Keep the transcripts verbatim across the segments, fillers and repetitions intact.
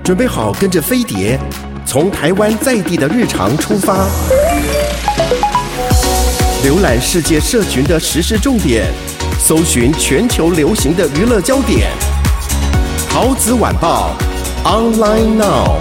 准备好跟着飞碟，从台湾在地的日常出发，浏览世界社群的时事重点，搜寻全球流行的娱乐焦点。陶子晚报 Online Now。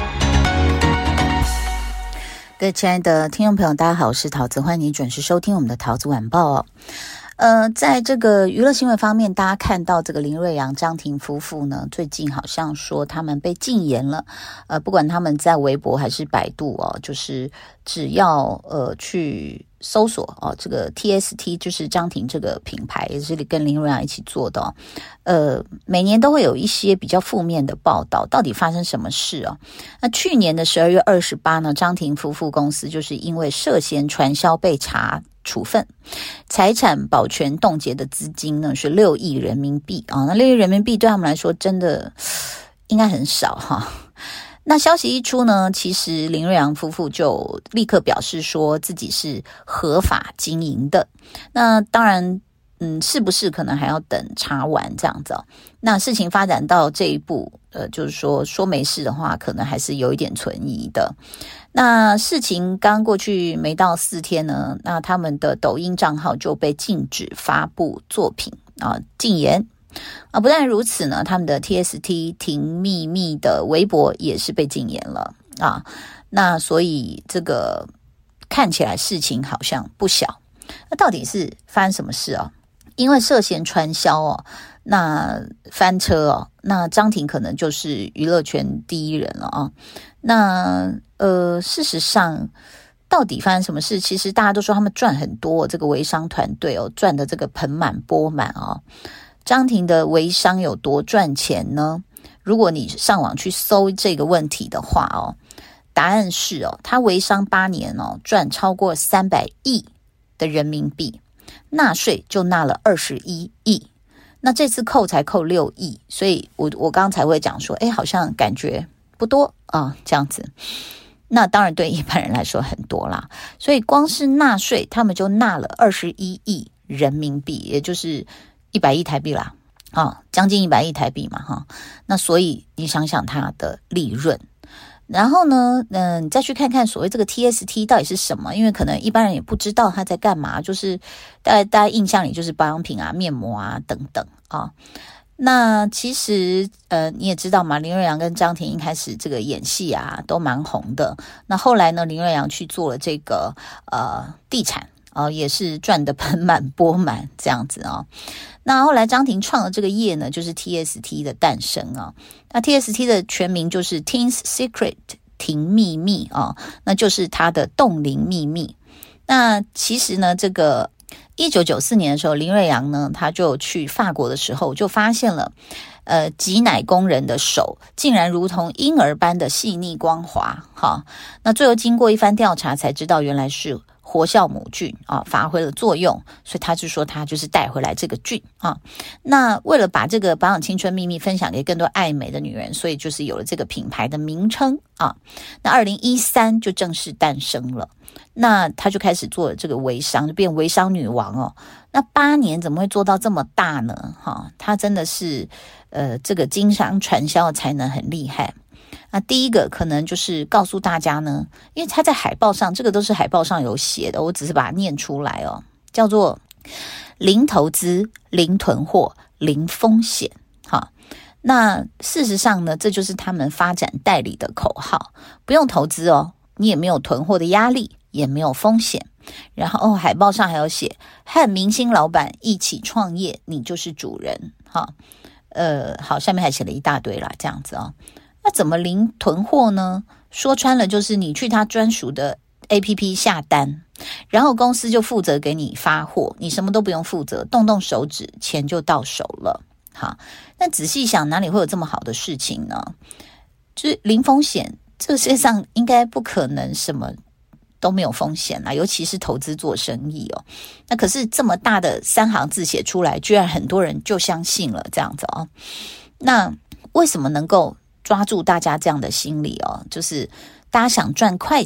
各位亲爱的听众朋友，大家好，我是陶子，欢迎你准时收听我们的陶子晚报哦。呃，在这个娱乐新闻方面，大家看到这个林瑞阳、张庭夫妇呢，最近好像说他们被禁言了。呃，不管他们在微博还是百度哦，就是只要呃去搜索哦，这个 T S T 就是张庭这个品牌，也是跟林瑞阳一起做的哦。呃，每年都会有一些比较负面的报道，到底发生什么事哦？那去年的十二月二十八呢，张庭夫妇公司就是因为涉嫌传销被查处分，财产保全冻结的资金呢是六亿人民币啊，那六亿人民币对他们来说真的应该很少哈。那消息一出呢，其实林瑞阳夫妇就立刻表示说自己是合法经营的。那当然，嗯，是不是可能还要等查完这样子哦？那事情发展到这一步，呃，就是说说没事的话，可能还是有一点存疑的。那事情刚过去没到四天呢，那他们的抖音账号就被禁止发布作品啊，禁言啊。不但如此呢，他们的 T S T 停秘密的微博也是被禁言了啊。那所以这个看起来事情好像不小。那到底是发生什么事哦？因为涉嫌传销哦，那翻车哦，那张庭可能就是娱乐圈第一人了啊。那呃，事实上，到底发生什么事？其实大家都说他们赚很多，这个微商团队哦，赚的这个盆满钵满哦。张庭的微商有多赚钱呢？如果你上网去搜这个问题的话哦，答案是哦，他微商八年哦，赚超过三百亿的人民币，纳税就纳了二十一亿。那这次扣才扣六亿，所以我我刚才会讲说，哎，好像感觉不多啊，这样子。那当然对一般人来说很多啦，所以光是纳税他们就纳了二十一亿人民币，也就是一百亿台币啦，啊，将近一百亿台币嘛哈。那所以你想想它的利润，然后呢，嗯，你再去看看所谓这个 T S T 到底是什么，因为可能一般人也不知道他在干嘛，就是大家大家印象里就是保养品啊、面膜啊等等啊。那其实呃你也知道嘛，林瑞阳跟张庭一开始这个演戏啊都蛮红的，那后来呢林瑞阳去做了这个呃地产啊、呃，也是赚得盆满钵满这样子啊、哦。那后来张庭创的这个业呢，就是 T S T 的诞生啊。那 T S T 的全名就是 Teen's Secret 停秘密啊，那就是它的冻龄秘密。那其实呢，这个一九九四年的时候，林瑞阳呢，他就去法国的时候，就发现了，呃，挤奶工人的手竟然如同婴儿般的细腻光滑，哈。那最后经过一番调查，才知道原来是活酵母菌啊发挥了作用，所以他就说他就是带回来这个菌啊。那为了把这个保养青春秘密分享给更多爱美的女人，所以就是有了这个品牌的名称啊。那二零一三就正式诞生了。那他就开始做了这个微商，就变微商女王哦。那八年怎么会做到这么大呢？哈，他真的是呃这个经商传销的才能很厉害。那第一个可能就是告诉大家呢，因为他在海报上，这个都是海报上有写的，我只是把它念出来哦，叫做零投资、零囤货、零风险。哈，那事实上呢，这就是他们发展代理的口号，不用投资哦，你也没有囤货的压力，也没有风险。然后、哦、海报上还有写和明星老板一起创业，你就是主人。哈，呃，好，下面还写了一大堆啦，这样子哦。那怎么零囤货呢？说穿了就是你去他专属的 A P P 下单，然后公司就负责给你发货，你什么都不用负责，动动手指钱就到手了。好，那仔细想，哪里会有这么好的事情呢？就是零风险，这个世界上应该不可能什么都没有风险啦，尤其是投资做生意哦。那可是这么大的三行字写出来，居然很多人就相信了这样子哦。那为什么能够抓住大家这样的心理哦？就是大家想赚快钱，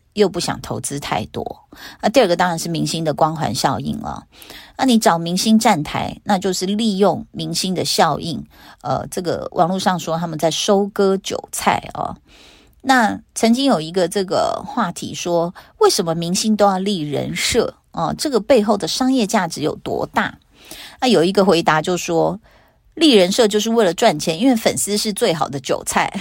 又不想投资太多。那第二个当然是明星的光环效应了。那你找明星站台，那就是利用明星的效应，呃，这个网络上说他们在收割韭菜哦。那曾经有一个这个话题说，为什么明星都要立人设哦？这个背后的商业价值有多大？那有一个回答就说，立人设就是为了赚钱，因为粉丝是最好的韭菜。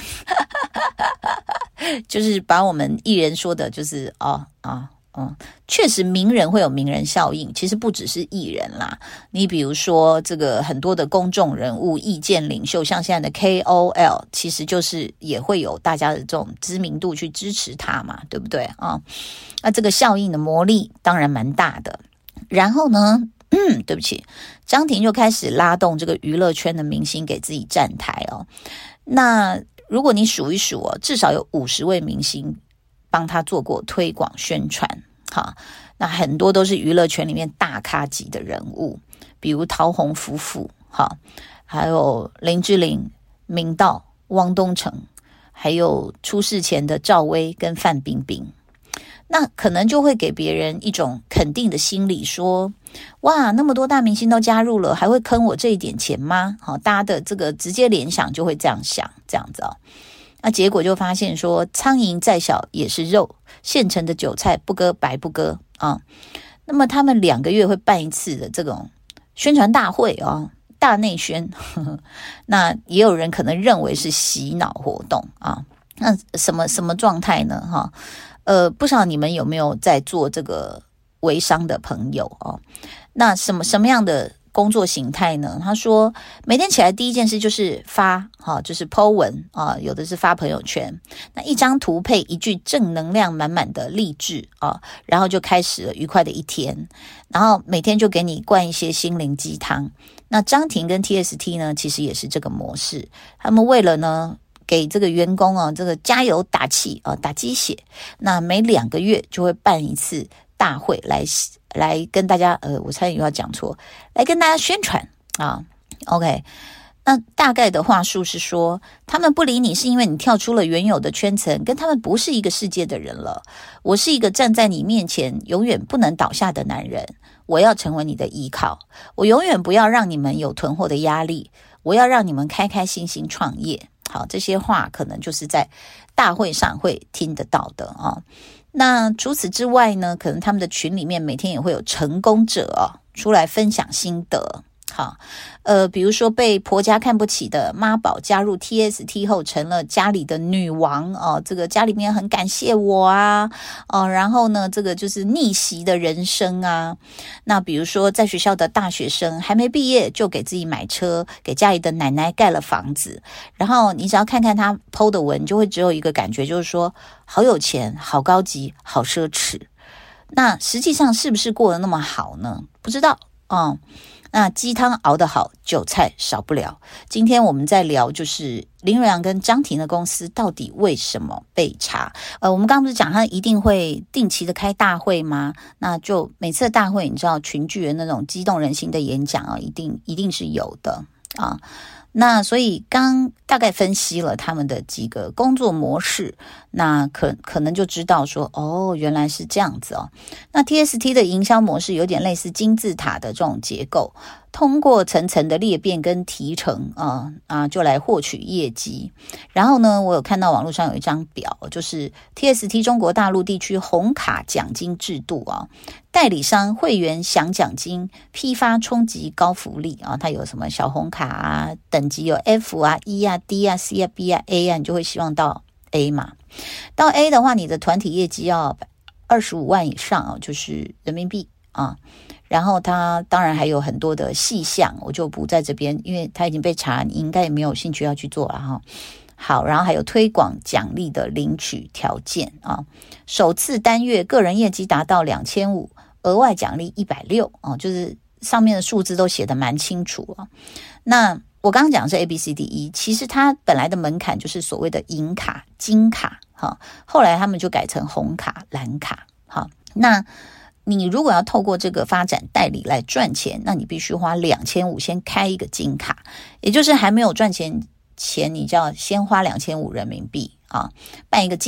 就是把我们艺人说的就是哦啊嗯，确实名人会有名人效应，其实不只是艺人啦。你比如说这个很多的公众人物、意见领袖，像现在的 K O L， 其实就是也会有大家的这种知名度去支持他嘛，对不对啊？那这个效应的魔力当然蛮大的。然后呢，嗯，对不起，张庭就开始拉动这个娱乐圈的明星给自己站台哦。那如果你数一数哦，至少有五十位明星帮他做过推广宣传，好，那很多都是娱乐圈里面大咖级的人物，比如陶虹夫妇，好，还有林志玲、明道、汪东城，还有出事前的赵薇跟范冰冰。那可能就会给别人一种肯定的心理，说哇，那么多大明星都加入了，还会坑我这一点钱吗？好，大家的这个直接联想就会这样想，这样子哦。那结果就发现说，苍蝇再小也是肉，现成的韭菜不割白不割啊。那么他们两个月会办一次的这种宣传大会哦，大内宣，呵呵，那也有人可能认为是洗脑活动啊。那什么什么状态呢？哈。呃，不知道你们有没有在做这个微商的朋友哦？那什么什么样的工作形态呢？他说，每天起来第一件事就是发，哈，就是 po 文啊，有的是发朋友圈。那一张图配一句正能量满满的励志啊，然后就开始了愉快的一天。然后每天就给你灌一些心灵鸡汤。那张庭跟 T S T 呢，其实也是这个模式。他们为了呢，给这个员工啊，这个加油打气啊，打鸡血。那每两个月就会办一次大会来来跟大家，呃，我差点又要讲错，来跟大家宣传啊。OK， 那大概的话术是说，他们不理你是因为你跳出了原有的圈层，跟他们不是一个世界的人了。我是一个站在你面前永远不能倒下的男人，我要成为你的依靠，我永远不要让你们有囤货的压力，我要让你们开开心心创业。好，这些话可能就是在大会上会听得到的啊。那除此之外呢，可能他们的群里面每天也会有成功者啊出来分享心得。好，呃，比如说被婆家看不起的妈宝加入 T S T 后成了家里的女王哦，这个家里面很感谢我啊，哦，然后呢，这个就是逆袭的人生啊。那比如说在学校的大学生还没毕业就给自己买车，给家里的奶奶盖了房子，然后你只要看看他 po 的文，就会只有一个感觉，就是说好有钱、好高级、好奢侈。那实际上是不是过得那么好呢？不知道哦。那鸡汤熬得好，韭菜少不了。今天我们在聊就是林瑞阳跟张庭的公司到底为什么被查。呃，我们刚刚不是讲他一定会定期的开大会吗？那就每次的大会，你知道群聚的那种激动人心的演讲啊，一定一定是有的啊。那所以刚大概分析了他们的几个工作模式，那可可能就知道说，哦，原来是这样子哦。那 T S T 的营销模式有点类似金字塔的这种结构，通过层层的裂变跟提成啊啊，就来获取业绩。然后呢，我有看到网络上有一张表，就是 T S T 中国大陆地区红卡奖金制度啊，代理商会员享奖金，批发冲击高福利啊，它有什么小红卡啊，等级有 F 啊、E 啊、D 啊、C 啊、B 啊、A 啊，你就会希望到 A 嘛。到 A 的话，你的团体业绩要二十五万以上啊，就是人民币啊。然后它当然还有很多的细项，我就不在这边，因为它已经被查，你应该也没有兴趣要去做了哈。好，然后还有推广奖励的领取条件啊，首次单月个人业绩达到两千五，额外奖励一百六啊，就是上面的数字都写得蛮清楚啊。那我刚刚讲的是 A B C D E， 其实它本来的门槛就是所谓的银卡、金卡哈，后来他们就改成红卡、蓝卡。好，那你如果要透过这个发展代理来赚钱，那你必须花两千五先开一个金卡，也就是还没有赚钱前，你就要先花两千五人民币啊，办一个金卡。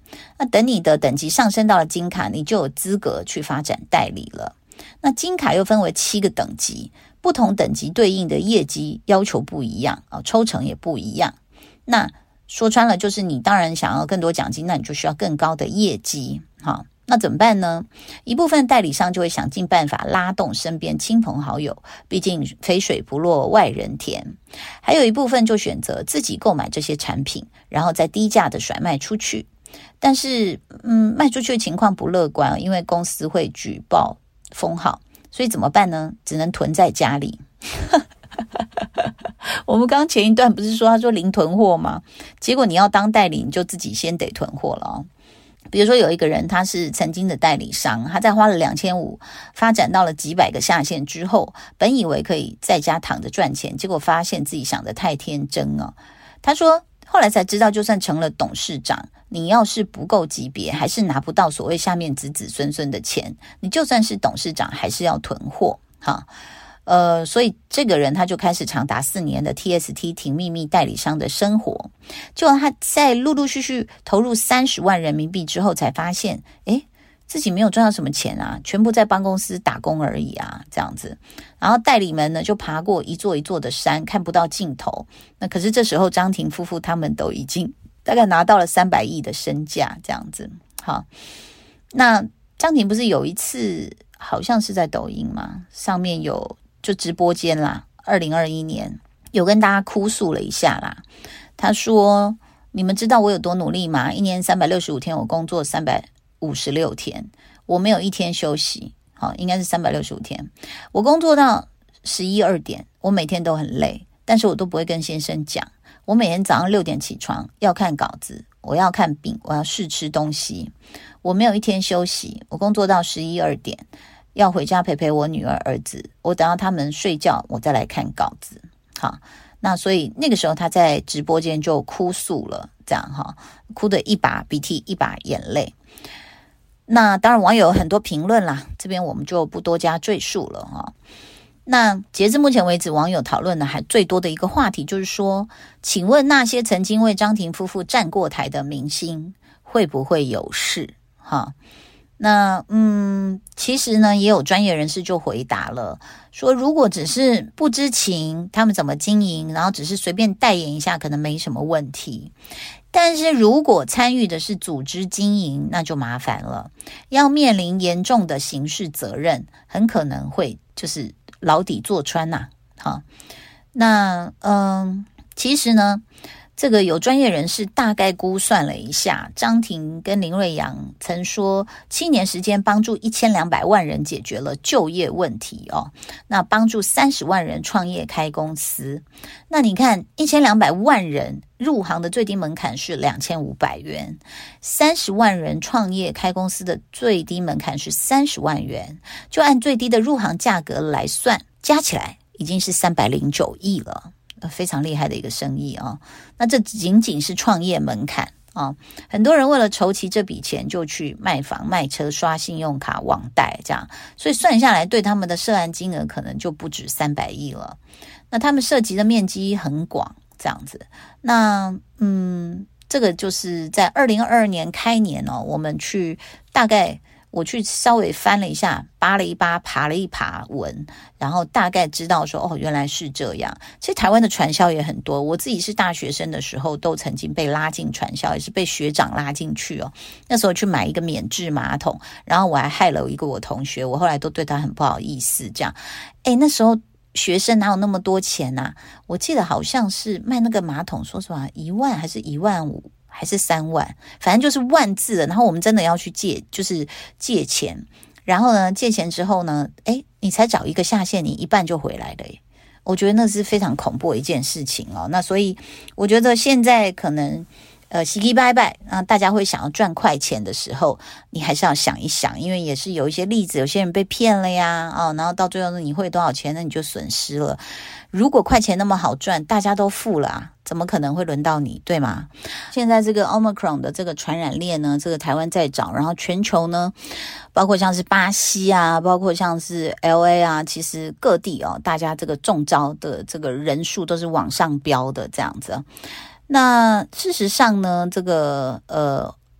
那等你的等级上升到了金卡，你就有资格去发展代理了。那金卡又分为七个等级，不同等级对应的业绩要求不一样，抽成也不一样。那说穿了就是你当然想要更多奖金，那你就需要更高的业绩。好，那怎么办呢？一部分代理商就会想尽办法拉动身边亲朋好友，毕竟肥水不落外人田。还有一部分就选择自己购买这些产品，然后再低价的甩卖出去。但是嗯，卖出去的情况不乐观，因为公司会举报封号，所以怎么办呢？只能囤在家里。我们刚刚前一段不是说他说零囤货吗？结果你要当代理，你就自己先得囤货了哦。比如说有一个人他是曾经的代理商，他在花了两千五发展到了几百个下线之后，本以为可以在家躺着赚钱，结果发现自己想得太天真了。他说后来才知道，就算成了董事长，你要是不够级别，还是拿不到所谓下面子子孙孙的钱，你就算是董事长还是要囤货哈。呃，所以这个人他就开始长达四年的 T S T 停秘密代理商的生活。就他在陆陆续续投入三十万人民币之后，才发现，诶，自己没有赚到什么钱啊，全部在帮公司打工而已啊，这样子。然后代理们呢，就爬过一座一座的山，看不到尽头。那可是这时候张庭夫妇他们都已经大概拿到了三百亿的身价，这样子。好，那张庭不是有一次好像是在抖音嘛，上面有就直播间啦，二零二一年有跟大家哭诉了一下啦。他说，你们知道我有多努力吗？一年三百六十五天，我工作三百五十六天，我没有一天休息。好，应该是三百六十五天，我工作到十一二点，我每天都很累，但是我都不会跟先生讲。我每天早上六点起床，要看稿子，我要看饼，我要试吃东西，我没有一天休息，我工作到十一二点，要回家陪陪我女儿儿子，我等到他们睡觉，我再来看稿子。好，那所以那个时候他在直播间就哭诉了，这样哈，哭得一把鼻涕一把眼泪。那当然网友有很多评论啦，这边我们就不多加赘述了哈。那截至目前为止，网友讨论的还最多的一个话题就是说，请问那些曾经为张庭夫妇站过台的明星会不会有事哈？那嗯，其实呢，也有专业人士就回答了，说如果只是不知情，他们怎么经营，然后只是随便代言一下，可能没什么问题。但是如果参与的是组织经营，那就麻烦了，要面临严重的刑事责任，很可能会就是牢底坐穿呐、啊。好，那嗯，其实呢，这个有专业人士大概估算了一下，张庭跟林瑞阳曾说，七年时间帮助一千两百万人解决了就业问题哦。那帮助三十万人创业开公司。那你看，一千两百万人入行的最低门槛是两千五百元，三十万人创业开公司的最低门槛是三十万元，就按最低的入行价格来算，加起来已经是三百零九亿了。非常厉害的一个生意啊！那这仅仅是创业门槛啊，很多人为了筹齐这笔钱，就去卖房、卖车、刷信用卡、网贷这样，所以算下来，对他们的涉案金额可能就不止三百亿了。那他们涉及的面积很广，这样子。那嗯，这个就是在二零二二年开年哦，我们去大概。我去稍微翻了一下，扒了一扒，爬了一爬文，然后大概知道说，哦，原来是这样。其实台湾的传销也很多，我自己是大学生的时候，都曾经被拉进传销，也是被学长拉进去哦。那时候去买一个免治马桶，然后我还害了一个我同学，我后来都对他很不好意思，这样。诶，那时候学生哪有那么多钱啊？我记得好像是卖那个马桶，说实话，一万还是一万五？还是三万，反正就是万字的。然后我们真的要去借，就是借钱。然后呢，借钱之后呢，诶，你才找一个下线，你一半就回来了耶。我觉得那是非常恐怖的一件事情哦。那所以我觉得现在可能呃洗洗拜拜啊，大家会想要赚快钱的时候，你还是要想一想，因为也是有一些例子，有些人被骗了呀，哦，然后到最后呢，你汇多少钱，那你就损失了。如果快钱那么好赚，大家都付了啊，怎么可能会轮到你，对吗？现在这个 Omicron 的这个传染链呢，这个台湾在找，然后全球呢，包括像是巴西啊，包括像是 L A 啊，其实各地哦，大家这个中招的这个人数都是往上飙的这样子。那事实上呢，这个呃。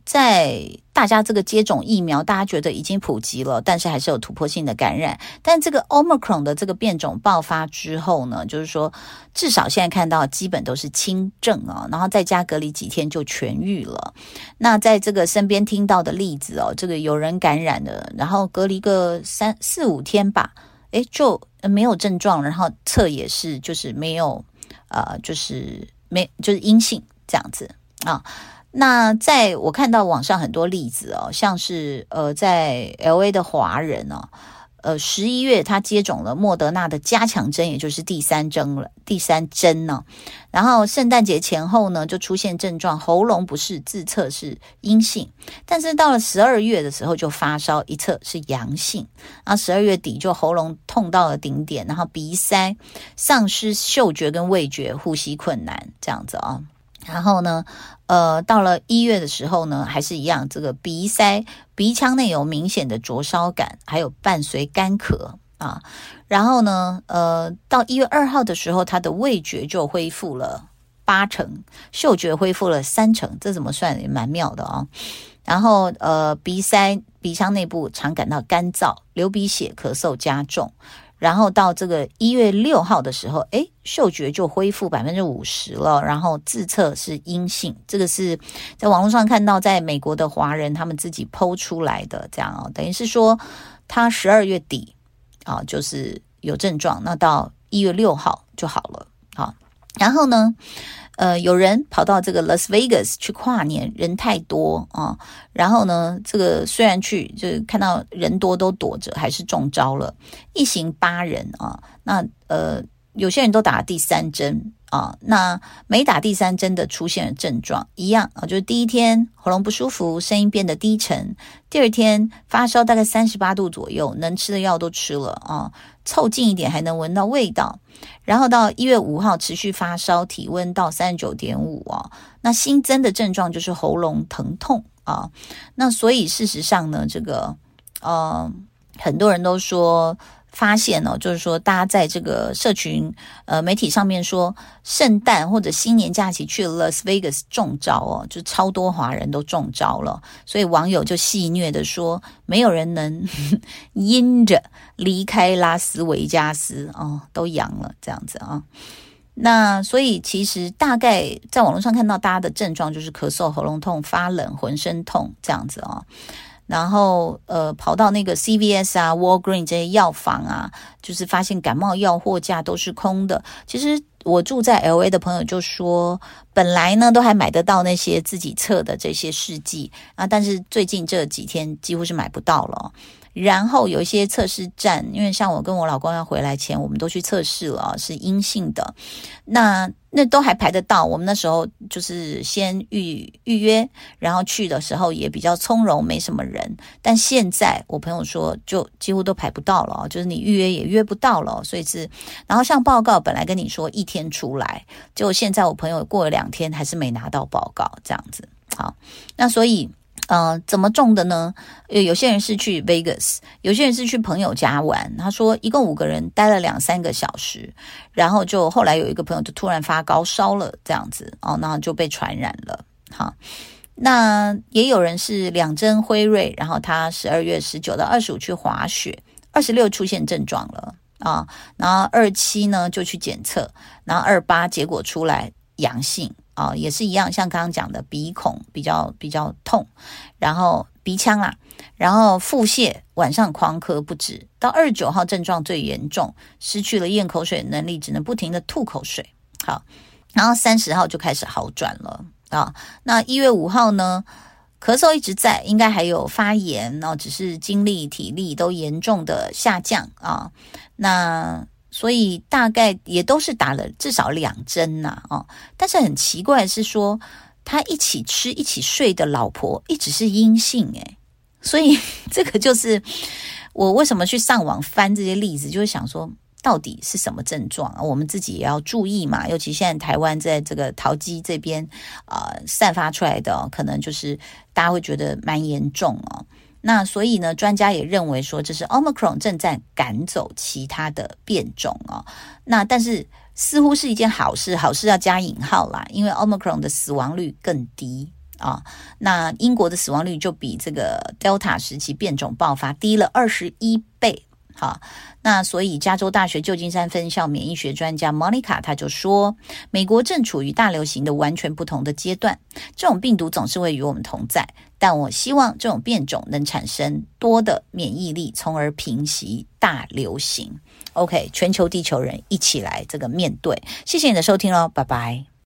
在大家这个接种疫苗，大家觉得已经普及了，但是还是有突破性的感染。但这个 Omicron 的这个变种爆发之后呢，就是说至少现在看到基本都是轻症啊，然后在家隔离几天就痊愈了。那在这个身边听到的例子哦，这个有人感染了，然后隔离个三四五天吧，诶就没有症状，然后测也是就是没有呃就是没就是阴性这样子啊。那在我看到网上很多例子哦，像是呃在 L A 的华人哦，呃十一月他接种了莫德纳的加强针，也就是第三针了，第三针呢、哦。然后圣诞节前后呢就出现症状，喉咙不适，自测是阴性，但是到了十二月的时候就发烧，一测是阳性，然后十二月底就喉咙痛到了顶点，然后鼻塞，丧失嗅觉跟味觉，呼吸困难这样子啊、哦。然后呢，呃，到了一月的时候呢，还是一样，这个鼻塞，鼻腔内有明显的灼烧感，还有伴随干咳啊。然后呢，呃，到一月二号的时候，他的味觉就恢复了八成，嗅觉恢复了三成，这怎么算也蛮妙的啊。然后呃，鼻塞，鼻腔内部常感到干燥，流鼻血，咳嗽加重。然后到这个一月六号的时候，诶，嗅觉就恢复百分之五十了，然后自测是阴性。这个是在网络上看到，在美国的华人他们自己 po 出来的，这样哦，等于是说他十二月底啊，就是有症状，那到一月六号就好了。好，然后呢？呃，有人跑到这个 Las Vegas 去跨年，人太多啊，然后呢，这个虽然去就是看到人多都躲着，还是中招了，一行八人啊，那呃，有些人都打了第三针啊，那没打第三针的出现了症状一样啊，就是第一天喉咙不舒服，声音变得低沉，第二天发烧大概三十八度左右，能吃的药都吃了啊，凑近一点还能闻到味道。然后到一月五号持续发烧，体温到 三十九点五 啊，那新增的症状就是喉咙疼痛啊。那所以事实上呢，这个呃很多人都说发现哦，就是说大家在这个社群呃媒体上面说圣诞或者新年假期去了 Las Vegas 中招哦，就超多华人都中招了，所以网友就戏谑的说没有人能阴着离开拉斯维加斯哦，都阳了这样子啊。那所以其实大概在网络上看到大家的症状就是咳嗽、喉咙痛、发冷、浑身痛这样子啊。然后呃跑到那个 C V S 啊 Walgreens 这些药房啊，就是发现感冒药货架都是空的。其实我住在 L A 的朋友就说，本来呢都还买得到那些自己测的这些试剂啊，但是最近这几天几乎是买不到了。然后有一些测试站，因为像我跟我老公要回来前，我们都去测试了，是阴性的。那那都还排得到，我们那时候就是先预预约，然后去的时候也比较从容，没什么人。但现在我朋友说，就几乎都排不到了，就是你预约也约不到了，所以是。然后像报告本来跟你说一天出来，结果现在我朋友过了两天还是没拿到报告，这样子。好，那所以。呃，怎么中的呢？有些人是去 Vegas， 有些人是去朋友家玩。他说一共五个人待了两三个小时，然后就后来有一个朋友就突然发高烧了，这样子哦，那就被传染了。好，那也有人是两针辉瑞，然后他十二月十九到二十五去滑雪，二十六出现症状了啊，然后二七呢就去检测，然后二八结果出来阳性。啊、哦，也是一样，像刚刚讲的鼻孔比较比较痛，然后鼻腔啊，然后腹泻，晚上狂咳不止，到二十九号症状最严重，失去了咽口水能力，只能不停的吐口水。好，然后三十号就开始好转了啊。那一月五号呢，咳嗽一直在，应该还有发炎，然后只是精力体力都严重的下降啊。那所以大概也都是打了至少两针呐、啊，哦，但是很奇怪的是说，他一起吃一起睡的老婆一直是阴性诶，所以这个就是我为什么去上网翻这些例子，就会想说到底是什么症状啊？我们自己也要注意嘛，尤其现在台湾在这个桃机这边呃散发出来的、哦，可能就是大家会觉得蛮严重哦。那所以呢，专家也认为说，这是 Omicron 正在赶走其他的变种哦。那但是似乎是一件好事，好事要加引号啦，因为 Omicron 的死亡率更低啊，那英国的死亡率就比这个 Delta 时期变种爆发低了二十一倍。好，那所以加州大学旧金山分校免疫学专家 Monica 他就说，美国正处于大流行的完全不同的阶段，这种病毒总是会与我们同在，但我希望这种变种能产生多的免疫力，从而平息大流行。OK， 全球地球人一起来这个面对。谢谢你的收听咯，拜拜。